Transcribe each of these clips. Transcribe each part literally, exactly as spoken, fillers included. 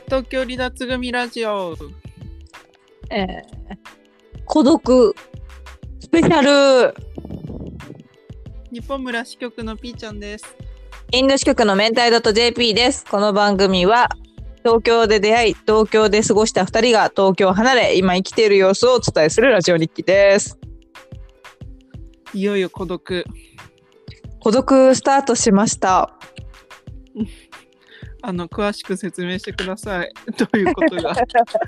東京離脱組ラジオ、 えー、孤独スペシャル。 日本村支局のピーちゃんです。 インド支局の明太 .jp です。この番組は東京で出会い、東京で過ごしたふたりが東京を離れ、今生きている様子をお伝えするラジオ日記です。 いよいよ孤独孤独スタートしましたあの詳しく説明してください。どういうことが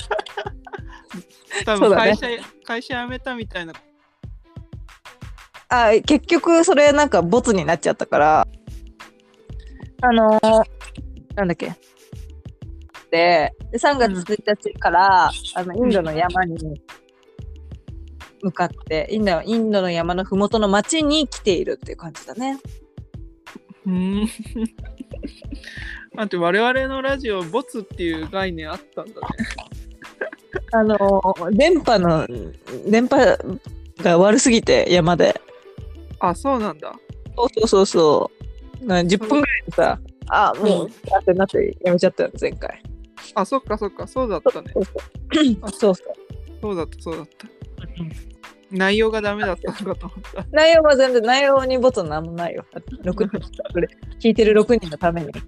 多分会社、ね、会社辞めたみたいな。 あ、結局それなんかボツになっちゃったから、あのー、なんだっけでさんがつついたちから、うん、あのインドの山に向かってインド、インドの山のふもとの町に来ているっていう感じだね。 うーんあと我々のラジオボツっていう概念あったんだね。 あの電波の電波が悪すぎて山で。 あ、そうなんだ。 そうそうそうそうなじゅっぷんぐらいでさ、あもう、うん、ってなってやめちゃったよ前回。 あ、そっかそっか、そうだったね。 そうそうあそうそうそうだったそうだった、うん、内容がダメだったのかと思った。 内容は全然、内容にボツなんもないよ。ろくにんこれ聞いてるろくにんのために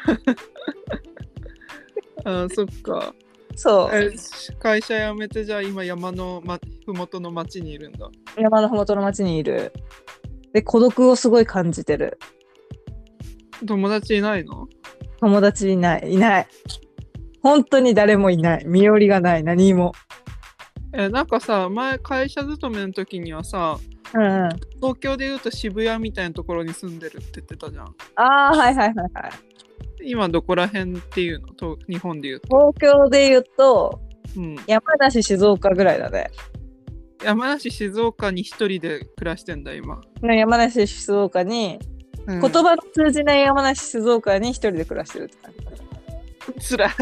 あ、そっか。 そうえ会社辞めて、じゃあ今山の、ま、ふもとの町にいるんだ。 山のふもとの町にいる。で孤独をすごい感じてる。 友達いないの？ 友達いないいない本当に誰もいない。身寄りがない、何も。 えなんかさ、前会社勤めの時にはさ、 うんうん、 東京でいうと渋谷みたいなところに住んでるって言ってたじゃん。 ああはいはいはいはい。 今どこら辺っていうの？と日本でいうと。 東京でいうと、うん、山梨静岡ぐらいだね。 山梨静岡に一人で暮らしてんだ今。 山梨静岡に、うん、言葉の通じない山梨静岡に一人で暮らしてるって感じ。 つらい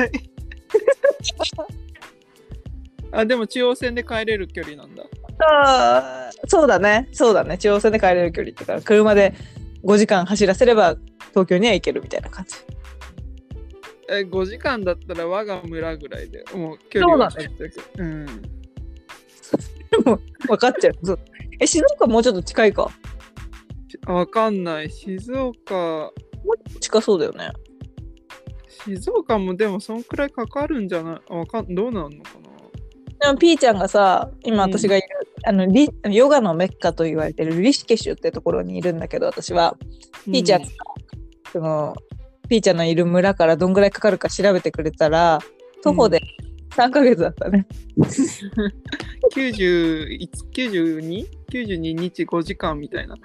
あ、でも中央線で帰れる距離なんだ。 あ、そうだねそうだね中央線で帰れる距離ってから車でごじかん走らせれば東京には行けるみたいな感じ。 えごじかんだったら我が村ぐらいでもう距離は。 そうだね。 うんもう分かっちゃう。え静岡もうちょっと近いか。 分かんない。静岡もう近そうだよね。 静岡もでもそんくらいかかるんじゃない？わかんどうなんのかな。 でもピーちゃんがさ今私がいる、うん、あのリヨガのメッカと言われてるリシケシュってところにいるんだけど、私は、うん、ピーちゃんがそのピーちゃんのいる村からどんぐらいかかるか調べてくれたら徒歩でさんかげつだったね、うん、 きゅうじゅういち、きゅうじゅうに、きゅうじゅうににちごじかんみたいな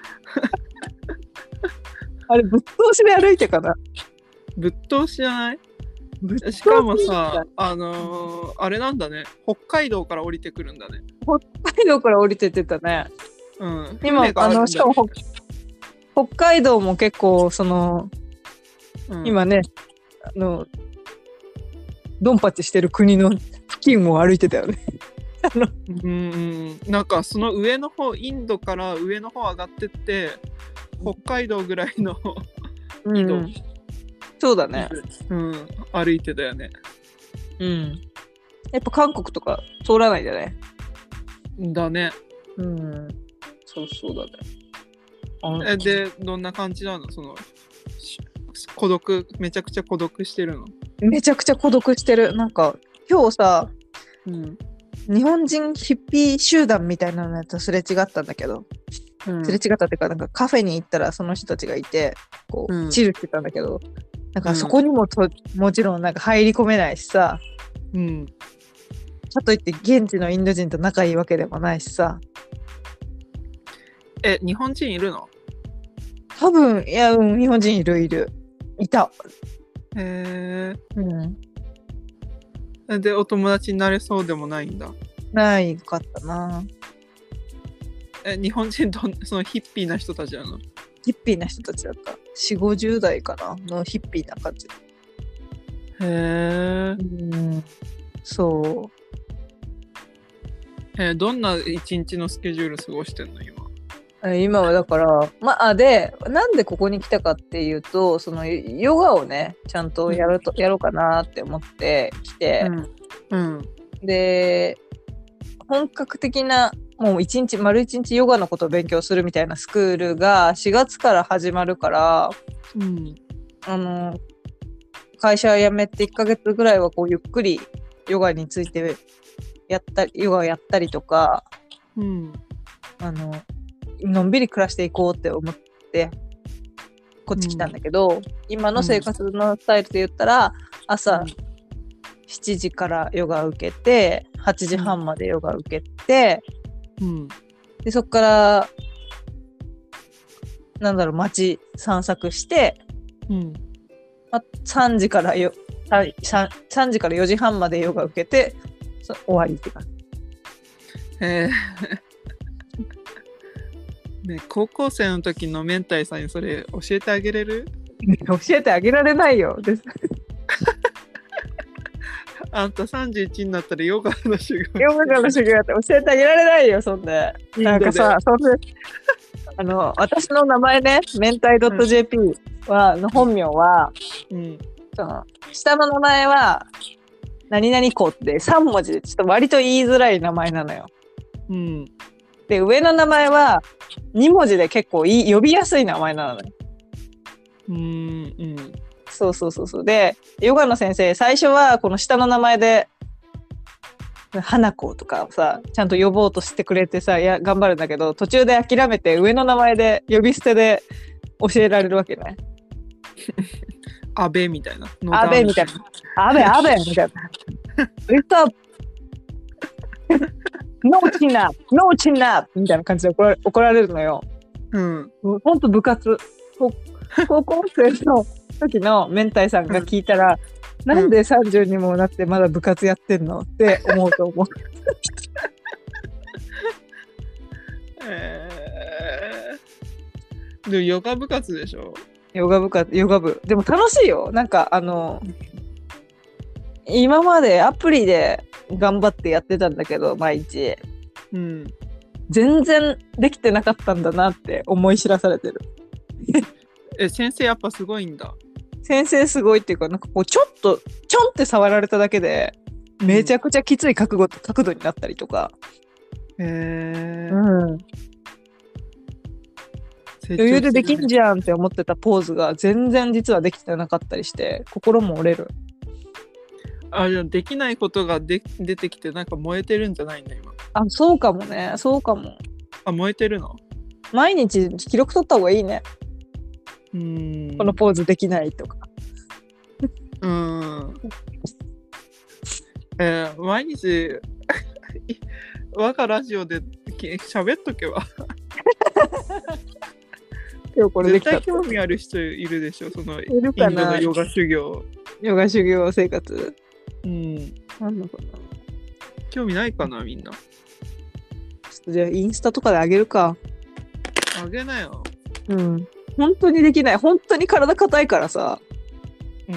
あれぶっ通しで歩いてかな。 ぶっ通しじゃない？しかもさ、あのー、あれなんだね、北海道から降りてくるんだね。 北海道から降りてってたね。 うん。 今あのしかも北海道も結構その、うん、今ねあのドンパチしてる国の付近を歩いてたよねあのうんなんかその上の方、インドから上の方上がってって北海道ぐらいの緯度、うん、 そうだね、 うん、歩いてたよね。 うんやっぱ韓国とか通らないんだね。 だね。 うんそうそうだね。 えでどんな感じなの？その孤独、めちゃくちゃ孤独してるの？ めちゃくちゃ孤独してる。なんか今日さ、 うん、 日本人ヒッピー集団みたいなのとすれ違ったんだけど、うん、すれ違ったっていうか、なんかカフェに行ったらその人たちがいてこう、うん、チルしてたんだけど、なんかそこにもと、うん、もちろんなんか入り込めないしさ、うん、かといって現地のインド人と仲いいわけでもないしさ。 え日本人いるの？ 多分いや、うん、日本人いるいるいた。 へー、うん、でお友達になれそうでもないんだ。 ないかったな。 え日本人とそのヒッピーな人たちなの？ ヒッピーな人たちだった。よんじゅう、ごじゅう代かなのヒッピーな感じ。 へー、 うん、そう。 えどんな一日のスケジュール過ごしてんの今？ 今はだから、まあ、で、なんでここに来たかっていうと、そのヨガをね、ちゃんとやると、うん、やろうかなって思って来て、 うん、うん、 で、本格的な、もう一日、丸一日ヨガのことを勉強するみたいなスクールがしがつから始まるから、 うん、 あの、会社辞めていっかげつぐらいはこうゆっくりヨガについてやったり、ヨガをやったりとか、 うん、あの、のんびり暮らしていこうって思ってこっち来たんだけど、うん、今の生活のスタイルで言ったら、朝しちじからヨガ受けてはちじはんまでヨガ受けて、うん、でそっからなんだろう街散策して、うん、あさんじからよ 3, 3時からよじはんまでヨガ受けて終わりって感じ。 へーね、高校生の時のメンタイさんにそれ教えてあげれる？ 教えてあげられないよですあんたさんじゅういちになったらヨガの修行ヨガの修行やって教えてあげられないよそんで。なんかさそんであの私の名前ねメンタイ .jp は、うん、の本名は、うん、その下の名前は何々子ってさんもじでちょっと割と言いづらい名前なのよ。うん。で上の名前はにもじで結構いい呼びやすい名前なのね。うーん、うん。そうそうそうそう。でヨガの先生最初はこの下の名前で花子とかさちゃんと呼ぼうとしてくれてさいや頑張るんだけど途中で諦めて上の名前で呼び捨てで教えられるわけね。 安倍みたいな。 安倍みたいな。安倍安倍みたいな。リストアップノーチンナップノーチンナップみたいな感じで怒られ、怒られるのよ。うん。ほんと部活。高校生の時のメンタイさんが聞いたら、うん、なんでさんじゅうにもなってまだ部活やってんのって思うと思う。 えー、でもヨガ部活でしょ？ ヨガ部活、ヨガ部。でも楽しいよ。なんかあの、今までアプリで頑張ってやってたんだけど毎日、うん、全然できてなかったんだなって思い知らされてる。 え先生やっぱすごいんだ。 先生すごいっていうかなんかこうちょっとちょんって触られただけでめちゃくちゃきつい角度、うん、角度になったりとか。へー、うん、余裕でできんじゃんって思ってたポーズが全然実はできてなかったりして心も折れる。 あ、じゃあできないことがで出てきてなんか燃えてるんじゃないんだ今。 あ、そうかもね。そうかも。 あ、燃えてるの？ 毎日記録取った方がいいね。うーん。このポーズできないとか。 うーん。えー、毎日我がラジオで喋っとけば。今日これできた。絶対興味ある人いるでしょそのインドのヨガ修行。 ヨガ修行生活。 うん。なんのかな。興味ないかなみんな。ちょっとじゃあインスタとかであげるか。 あげなよ。 うん。本当にできない。本当に体硬いからさ。うん。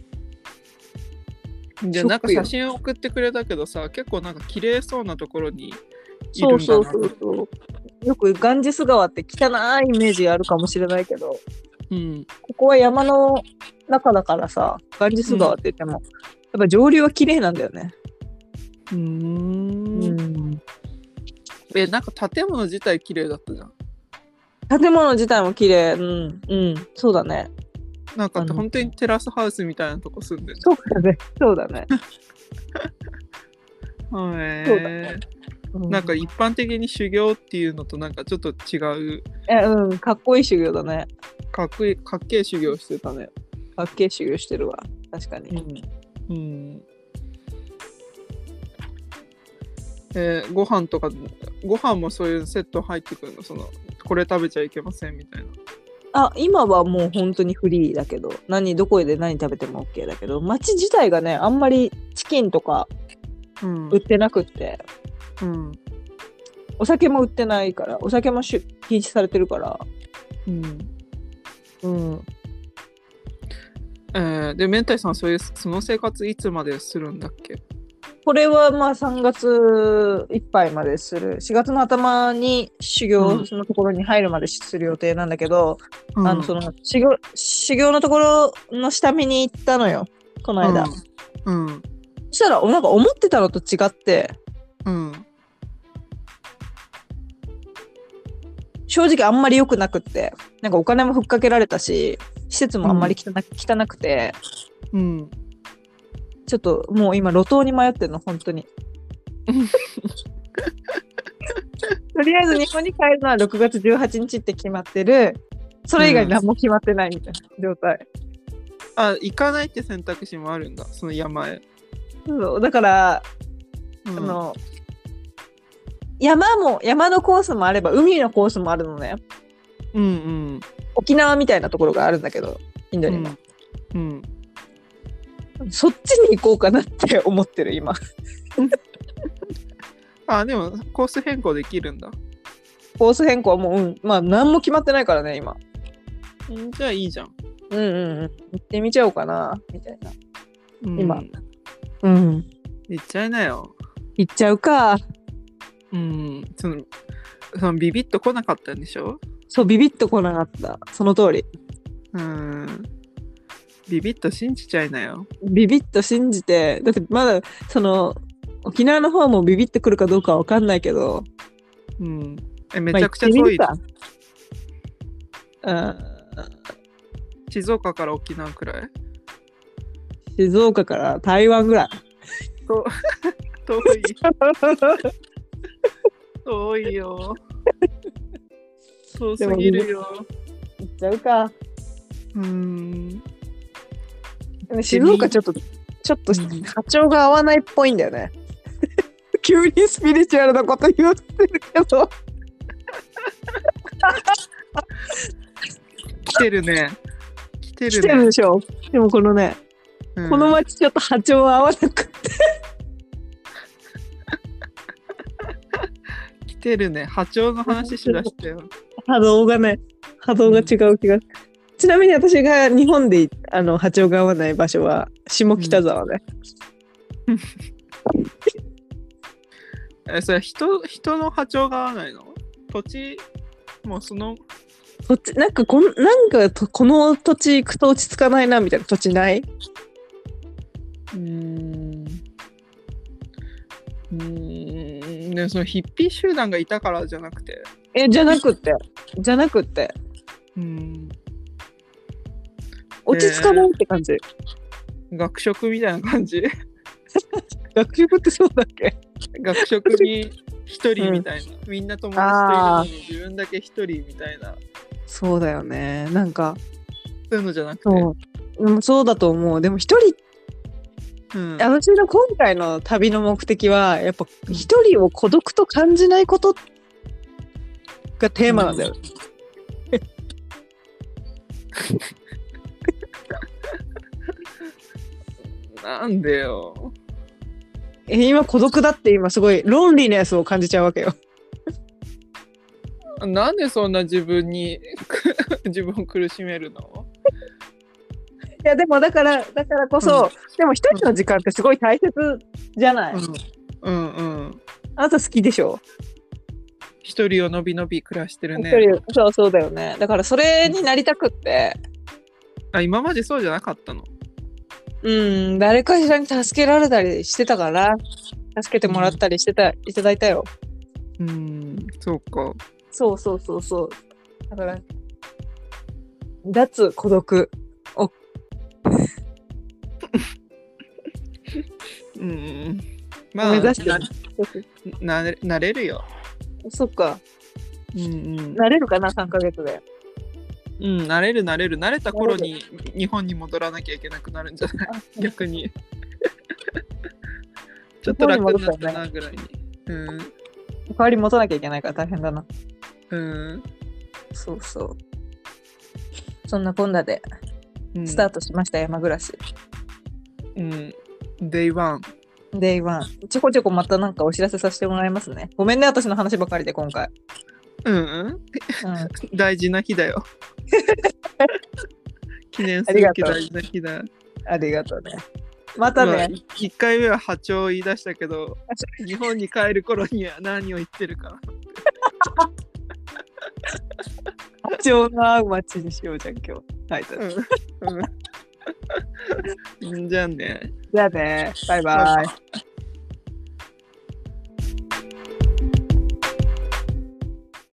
じゃあなんか写真送ってくれたけどさ、結構なんか綺麗そうなところにいるんだな。そうそうそうそう。 よくガンジス川って汚いイメージあるかもしれないけど、うん、ここは山の中だからさ、ガンジス川って言っても、うん、やっぱ上流は綺麗なんだよね。うーん。 うん。え、なんか建物自体綺麗だったじゃん。 建物自体も綺麗。うん、うん、そうだね。 なんか本当にテラスハウスみたいなとこ住んでる。 そうだね、そうだね。 へえー。なんか一般的に修行っていうのとなんかちょっと違う。 え、うん、かっこいい修行だね。 かっこいい、かっけえ修行してたね。 かっけえ修行してるわ。確かに。うん。うん、 えー、ご飯とか、ご飯もそういうセット入ってくるの？その、これ食べちゃいけませんみたいな。 あ、今はもう本当にフリーだけど、何、どこで何食べても OK だけど、街自体がね、あんまりチキンとか売ってなくって。うん。うん、お酒も売ってないから、お酒も禁止されてるから。うん。 うん。えー、で、メンタイさん、そういう、その生活いつまでするんだっけ？ これはまあさんがついっぱいまでする。しがつの頭に修行のところに入るまでする予定なんだけど、 うん、 あのその修行、修行のところの下見に行ったのよ、この間。 うん。うん。 そしたらなんか思ってたのと違って、 うん。 正直あんまり良くなくって、なんかお金もふっかけられたし、施設もあんまり汚,、汚くて、 うん。 ちょっともう今路頭に迷ってるの、本当に。とりあえず日本に帰るのはろくがつじゅうはちにちって決まってる。それ以外何も決まってないみたいな状態。 あ、行かないって選択肢もあるんだ、その山へ。 そうだから、 うん、 あの山も山のコースもあれば海のコースもあるのね。 うんうん。 沖縄みたいなところがあるんだけど、インドにも。 うん。うんそっちに行こうかなって思ってる今。 あ、でもコース変更できるんだ。 コース変更はもう、うん、まあ何も決まってないからね今。 んじゃあいいじゃん。 うんうんうん。行ってみちゃおうかなみたいな。 うん、 今。うん。 行っちゃいなよ。 行っちゃうか。 うん。そのそのビビッと来なかったんでしょ。 そうビビッと来なかった。その通り。 うん。ビビッと信じちゃいなよ。 ビビッと信じて、だってまだその沖縄の方もビビッと来るかどうかは分かんないけど、 うん、えめちゃくちゃ遠い、 まあ、うん、 静岡から沖縄くらい。 静岡から台湾ぐらい。 と遠い遠いよ。遠すぎるよ。 行っちゃうか。 うーん。 静岡ちょっとちょっと波長が合わないっぽいんだよね。急にスピリチュアルなこと言ってるけど。 来てるね。来てるね。 来てるでしょ。でもこのね、うん、この街ちょっと波長合わなくて。 来てるね。波長の話しだしたよ。 波動がね、波動が違う気が、うん、ちなみに私が日本であの波長が合わない場所は下北沢ね。 うんえ、それ人、人の波長が合わないの？土地もうその土地なんかこんなんかとこの土地行くと落ち着かないなみたいな土地ない？ うーんうーんね、そのヒッピー集団がいたからじゃなくてえじゃなくってじゃなくってうん落ち着かないって感じ、 えー、学食みたいな感じ学食ってそうだっけ？ 学食に一人みたいな、うん、みんな友達といるのに自分だけ一人みたいな。 そうだよね。なんかそういうのじゃなくてそう、うん、そうだと思う。でも一人、うん、私の今回の旅の目的はやっぱ一人を孤独と感じないことがテーマなんだよ、 うん、なんでよ。 え今孤独だって今すごいロンリネスを感じちゃうわけよ。 なんでそんな自分に自分を苦しめるの？ いやでもだからだからこそ、うん、でも一人の時間ってすごい大切じゃない？うん、 うんうんあなた好きでしょ？ 一人をのびのび暮らしてるね。 一人そうそうだよね。だからそれになりたくって、 うん、あ今までそうじゃなかったの？ うん誰かしらに助けられたりしてたから助けてもらったりしてた、うん、いただいたよ。 うんそうか。 そうそうそうそう。だから脱孤独をうんまあ目指してなななれるよ。 そっか。うんうんなれるかなさんかげつで。 うんなれるなれる慣れた頃に日本に戻らなきゃいけなくなるんじゃない？逆にちょっと楽になったなぐらいに。うん代わり持たなきゃいけないから大変だな。 うんそうそうそんなこんなでスタートしました、うん、山暮らし。 うんデイワンデイワンちょこちょこまたなんかお知らせさせてもらいますね。ごめんね私の話ばかりで今回。 うん、うん、大事な日だよ記念すべき大事な日だ。 ありがとうね。 またまあ、 ね。 いっかいめは波長を言い出したけど、日本に帰る頃には何を言ってるかな。 波長の合う街にしようじゃん、今日。タイトル。 うんうんじゃあね。 じゃあね、バイバイ。